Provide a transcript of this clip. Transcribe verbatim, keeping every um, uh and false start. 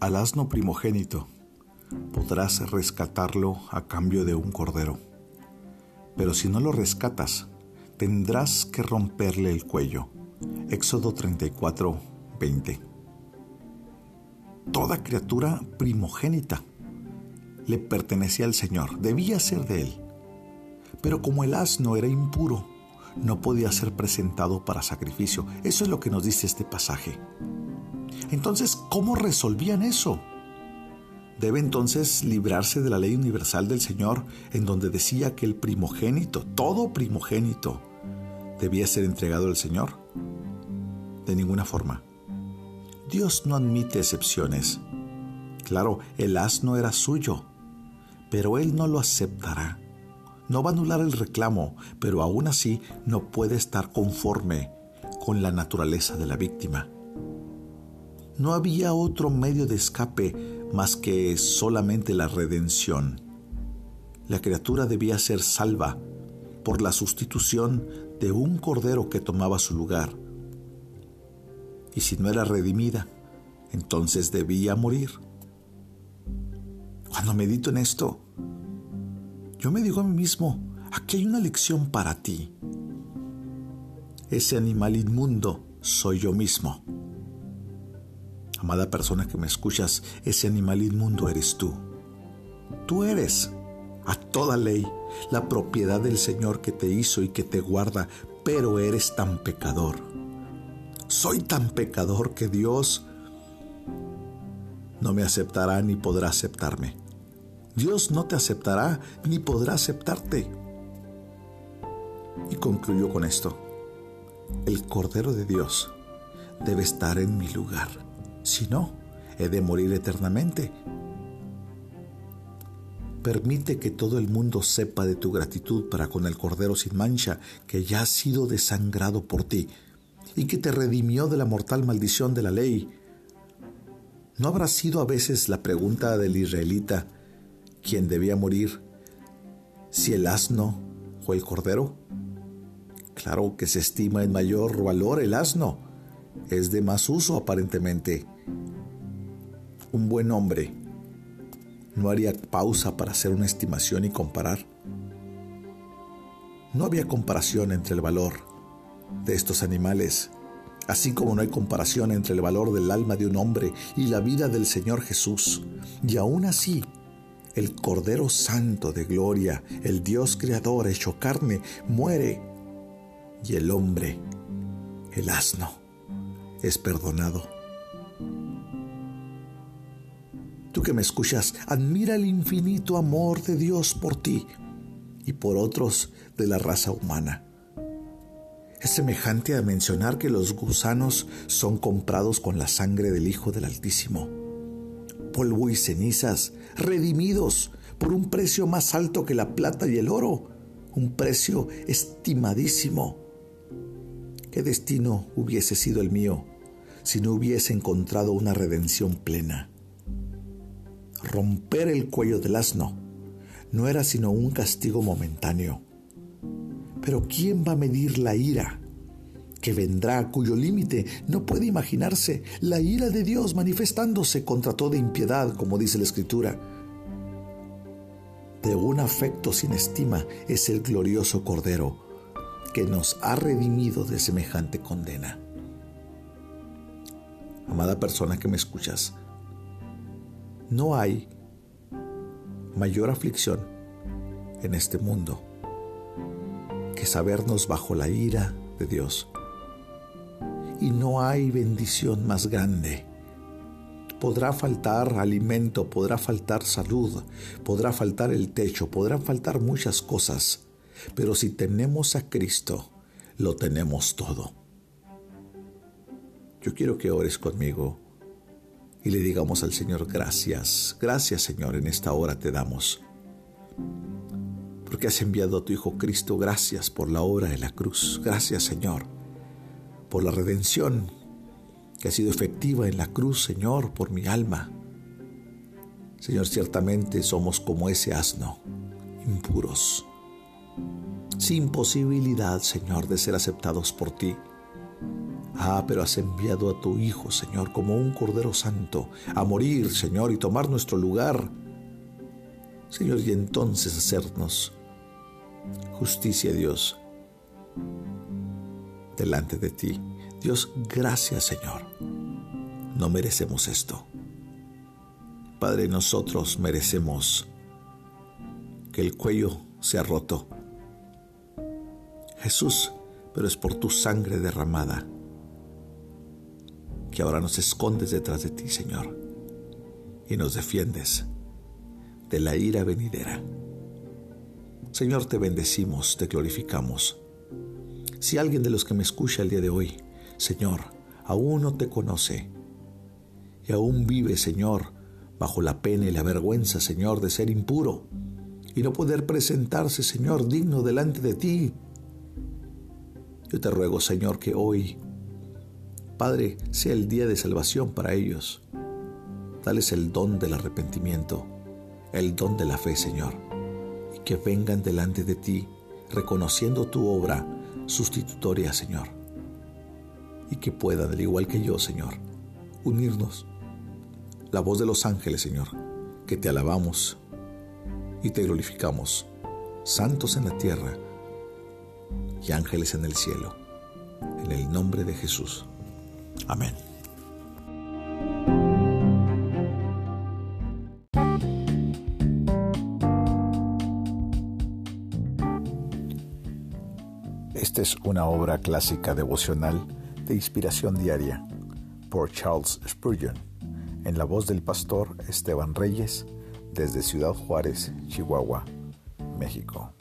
Al asno primogénito podrás rescatarlo a cambio de un cordero, pero si no lo rescatas, tendrás que romperle el cuello. Éxodo treinta y cuatro, veinte. Toda criatura primogénita le pertenecía al Señor, debía ser de Él. Pero como el asno era impuro, no podía ser presentado para sacrificio. Eso es lo que nos dice este pasaje. Entonces, ¿cómo resolvían eso? Debe entonces librarse de la ley universal del Señor, en donde decía que el primogénito, todo primogénito, debía ser entregado al Señor. De ninguna forma. Dios no admite excepciones. Claro, el asno era suyo, pero Él no lo aceptará. No va a anular el reclamo, pero aún así no puede estar conforme con la naturaleza de la víctima. No había otro medio de escape más que solamente la redención. La criatura debía ser salva por la sustitución de un cordero que tomaba su lugar. Y si no era redimida, entonces debía morir. Cuando medito en esto, yo me digo a mí mismo, aquí hay una lección para ti. Ese animal inmundo soy yo mismo. Amada persona que me escuchas, ese animal inmundo eres tú. Tú eres, a toda ley, la propiedad del Señor que te hizo y que te guarda, pero eres tan pecador. Soy tan pecador que Dios no me aceptará ni podrá aceptarme. Dios no te aceptará ni podrá aceptarte. Y concluyo con esto. El Cordero de Dios debe estar en mi lugar. Si no, he de morir eternamente. Permite que todo el mundo sepa de tu gratitud para con el Cordero sin mancha, que ya ha sido desangrado por ti y que te redimió de la mortal maldición de la ley. ¿No habrá sido a veces la pregunta del israelita quién debía morir, si el asno o el cordero? Claro que se estima en mayor valor el asno, es de más uso aparentemente. Un buen hombre no haría pausa para hacer una estimación y comparar. No había comparación entre el valor de estos animales, así como no hay comparación entre el valor del alma de un hombre y la vida del Señor Jesús. Y aún así, el Cordero Santo de gloria, el Dios Creador hecho carne, muere, y el hombre, el asno, es perdonado. Tú que me escuchas, admira el infinito amor de Dios por ti y por otros de la raza humana. Es semejante a mencionar que los gusanos son comprados con la sangre del Hijo del Altísimo. Polvo y cenizas, redimidos por un precio más alto que la plata y el oro, un precio estimadísimo. ¿Qué destino hubiese sido el mío si no hubiese encontrado una redención plena? Romper el cuello del asno no era sino un castigo momentáneo. Pero ¿quién va a medir la ira que vendrá, cuyo límite no puede imaginarse? La ira de Dios manifestándose contra toda impiedad, como dice la Escritura. De un afecto sin estima es el glorioso Cordero que nos ha redimido de semejante condena. Amada persona que me escuchas, no hay mayor aflicción en este mundo que sabernos bajo la ira de Dios. Y no hay bendición más grande. Podrá faltar alimento, podrá faltar salud, podrá faltar el techo, podrán faltar muchas cosas, pero si tenemos a Cristo, lo tenemos todo. Yo quiero que ores conmigo y le digamos al Señor gracias. Gracias, Señor, en esta hora te damos. Porque has enviado a tu Hijo Cristo. Gracias por la obra de la cruz. Gracias, Señor, por la redención que ha sido efectiva en la cruz, Señor, por mi alma. Señor, ciertamente somos como ese asno, impuros, sin posibilidad, Señor, de ser aceptados por ti. Ah, pero has enviado a tu Hijo, Señor, como un Cordero Santo, a morir, Señor, y tomar nuestro lugar, Señor, y entonces hacernos justicia, Dios, delante de ti. Dios, gracias, Señor. No merecemos esto. Padre, nosotros merecemos que el cuello sea roto. Jesús, pero es por tu sangre derramada que ahora nos escondes detrás de ti, Señor, y nos defiendes de la ira venidera. Señor, te bendecimos, te glorificamos. Si alguien de los que me escucha el día de hoy, Señor, aún no te conoce y aún vive, Señor, bajo la pena y la vergüenza, Señor, de ser impuro y no poder presentarse, Señor, digno delante de ti, yo te ruego, Señor, que hoy, Padre, sea el día de salvación para ellos. Dales el don del arrepentimiento, el don de la fe, Señor, y que vengan delante de ti reconociendo tu obra sustitutoria, Señor, y que puedan, al igual que yo, Señor, unirnos la voz de los ángeles, Señor, que te alabamos y te glorificamos, santos en la tierra y ángeles en el cielo, en el nombre de Jesús. Amén. Esta es una obra clásica devocional de inspiración diaria por Charles Spurgeon, en la voz del pastor Esteban Reyes, desde Ciudad Juárez, Chihuahua, México.